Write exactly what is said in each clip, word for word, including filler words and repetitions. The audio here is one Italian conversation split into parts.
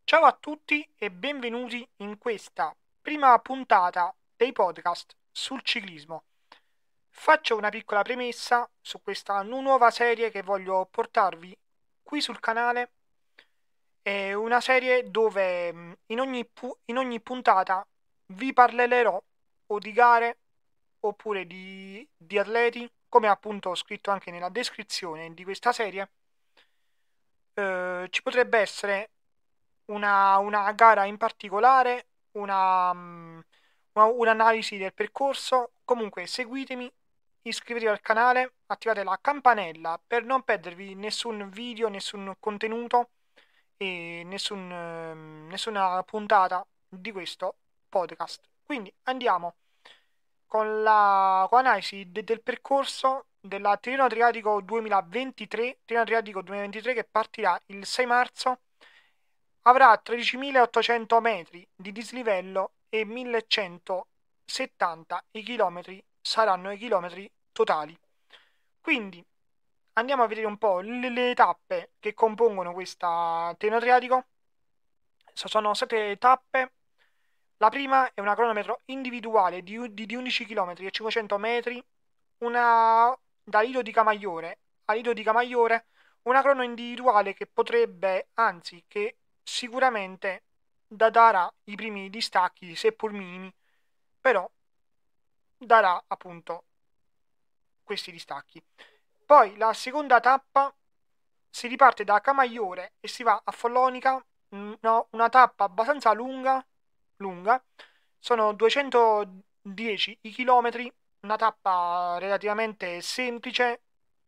Ciao a tutti e benvenuti in questa prima puntata dei podcast sul ciclismo. Faccio una piccola premessa su questa nu- nuova serie che voglio portarvi qui sul canale. È una serie dove mh, in ogni, pu- in ogni puntata vi parlerò o di gare oppure di, di atleti, come appunto ho scritto anche nella descrizione di questa serie. Eh, ci potrebbe essere una, una gara in particolare, una, mm, una- un'analisi del percorso. Comunque seguitemi, iscrivetevi al canale, attivate la campanella per non perdervi nessun video, nessun contenuto e nessun, ehm, nessuna puntata di questo podcast. Quindi andiamo con la con l'analisi de- del percorso della Tirreno Adriatico duemilaventitré, Tirreno Adriatico duemilaventitré che partirà il sei marzo. Avrà tredicimilaottocento metri di dislivello e millecentosettanta i chilometri saranno i chilometri totali. Quindi andiamo a vedere un po' le, le tappe che compongono questa Tirreno Adriatico. Sono sette tappe. La prima è una cronometro individuale di, di, di undici chilometri e cinquecento metri, una da Lido di Camaiore a Lido di Camaiore, una crono individuale che potrebbe, anzi che sicuramente da- darà i primi distacchi, seppur minimi, però darà appunto questi distacchi. Poi la seconda tappa si riparte da Camaiore e si va a Follonica, mm, no, una tappa abbastanza lunga, lunga, sono duecentodieci i chilometri, una tappa relativamente semplice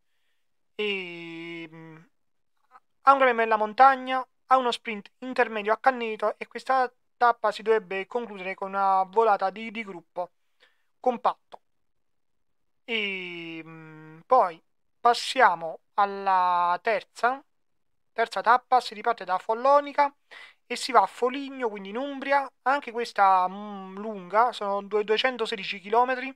e mm, ha un gran bella montagna, ha uno sprint intermedio accanito e questa tappa si dovrebbe concludere con una volata di, di gruppo compatto. E mm, poi passiamo alla terza, terza tappa, si riparte da Follonica e si va a Foligno, quindi in Umbria, anche questa mm, lunga, sono duecentosedici chilometri.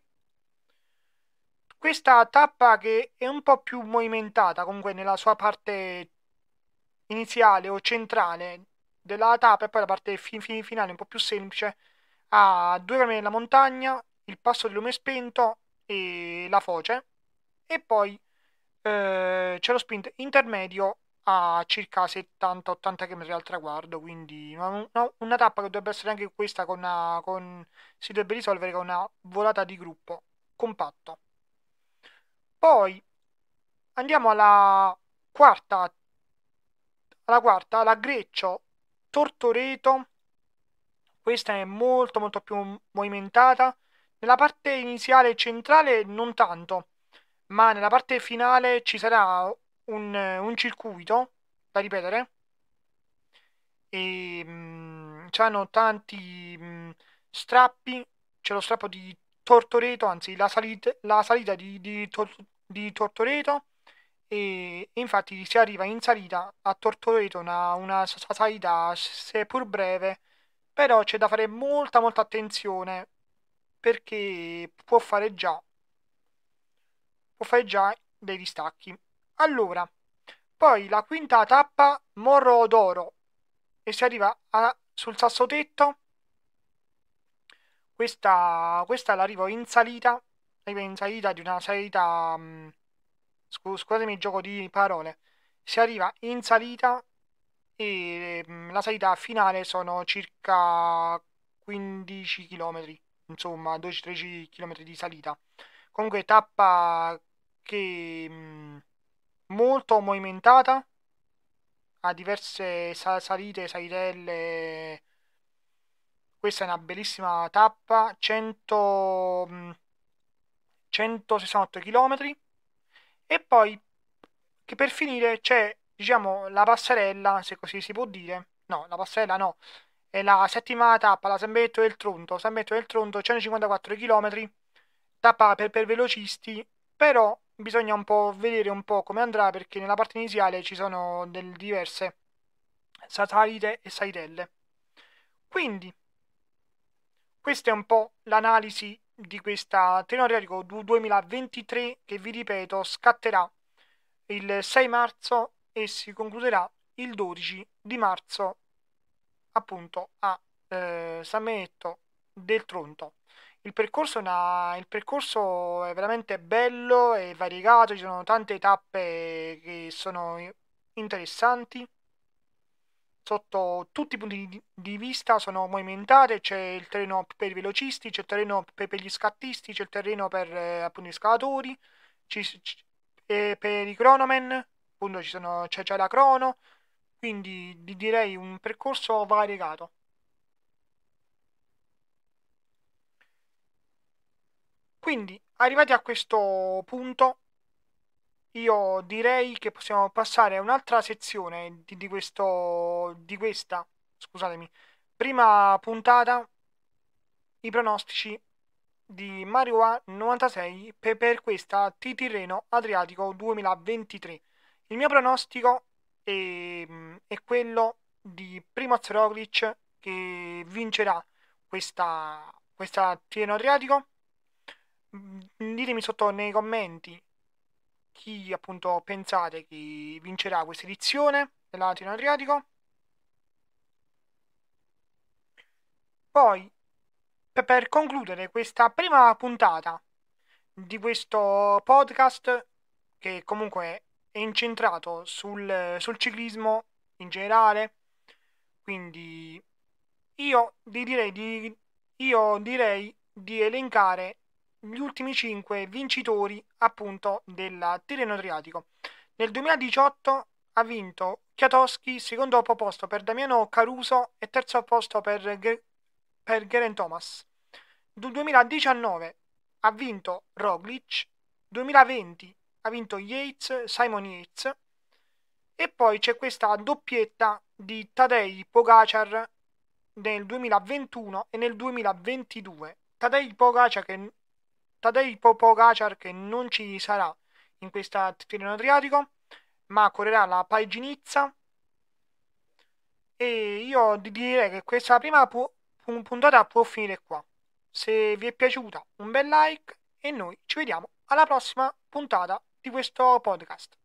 Questa tappa che è un po' più movimentata, comunque nella sua parte iniziale o centrale della tappa e poi la parte fi- fi- finale un po' più semplice, ha due rami nella montagna, il passo del lume spento e la foce, e poi eh, c'è lo sprint intermedio a circa settanta ottanta km al traguardo, quindi una, una- una tappa che dovrebbe essere anche questa con una, con, si dovrebbe risolvere con una volata di gruppo compatto. Poi andiamo alla quarta, alla quarta, la Greccio Tortoreto. Questa è molto molto più movimentata. Nella parte iniziale e centrale non tanto, ma nella parte finale ci sarà un, un circuito da ripetere e mh, c'hanno tanti mh, strappi. C'è lo strappo di Tortoreto, anzi la, salit- la salita di, di Tor- di Tortoreto e, e infatti si arriva in salita a Tortoreto, una, una sa- salita seppur breve, però c'è da fare molta molta attenzione perché può fare già, può fare già dei distacchi. Allora, poi la quinta tappa, Morro d'Oro, e si arriva a- sul sassotetto. Questa, questa l'arrivo in salita, arriva in salita di una salita, mh, scu- scusatemi il gioco di parole, si arriva in salita e mh, la salita finale sono circa quindici chilometri, insomma dodici tredici chilometri di salita. Comunque tappa che mh, molto movimentata, ha diverse sa- salite, salitelle. Questa è una bellissima tappa, cento, mh, centosessantotto chilometri. E poi, che per finire c'è, diciamo, la passerella, se così si può dire. No, la passerella no. È la settima tappa, la San Benedetto del Tronto. San Benedetto del Tronto, centocinquantaquattro chilometri. Tappa per, per velocisti. Però bisogna un po' vedere un po' come andrà perché nella parte iniziale ci sono delle diverse salite e salitelle. Quindi, questa è un po' l'analisi di questa Tenorio duemilaventitré che vi ripeto scatterà il sei marzo e si concluderà il dodici di marzo appunto a eh, San Benedetto del Tronto. Il percorso, è una- il percorso è veramente bello e variegato, ci sono tante tappe che sono interessanti sotto tutti i punti di, di vista, sono movimentate, c'è il terreno per i velocisti, c'è il terreno per, per gli scattisti, c'è il terreno per eh, appunto gli scalatori, ci- ci- e per i cronomen, appunto ci sono, c'è, c'è la crono, quindi di- direi un percorso variegato. Quindi, arrivati a questo punto, io direi che possiamo passare a un'altra sezione di, di questo, di questa, scusatemi, prima puntata, i pronostici di Mario A novantasei per, per questa T-Tirreno Adriatico duemilaventitré. Il mio pronostico è, è quello di Primoz Roglic che vincerà questa, questa Tirreno Adriatico. Ditemi sotto nei commenti chi appunto pensate che vincerà questa edizione della Tirreno Adriatico. Poi, per, per concludere questa prima puntata di questo podcast, che comunque è incentrato sul, sul ciclismo in generale, quindi io di- direi di, io direi di elencare gli ultimi cinque vincitori appunto del Tirreno Adriatico. Nel duemiladiciotto ha vinto Kwiatkowski, secondo posto per Damiano Caruso e terzo posto per, Ge- per Geraint Thomas. Nel duemiladiciannove ha vinto Roglic, duemilaventi ha vinto Yates, Simon Yates, e poi c'è questa doppietta di Tadej Pogacar nel duemilaventuno e nel duemilaventidue. Tadej Pogacar che, Tadej Pogacar che non ci sarà in questa Tirreno Adriatico, ma correrà la Paginizza. E io direi che questa prima pu- puntata può finire qua. Se vi è piaciuta, un bel like e noi ci vediamo alla prossima puntata di questo podcast.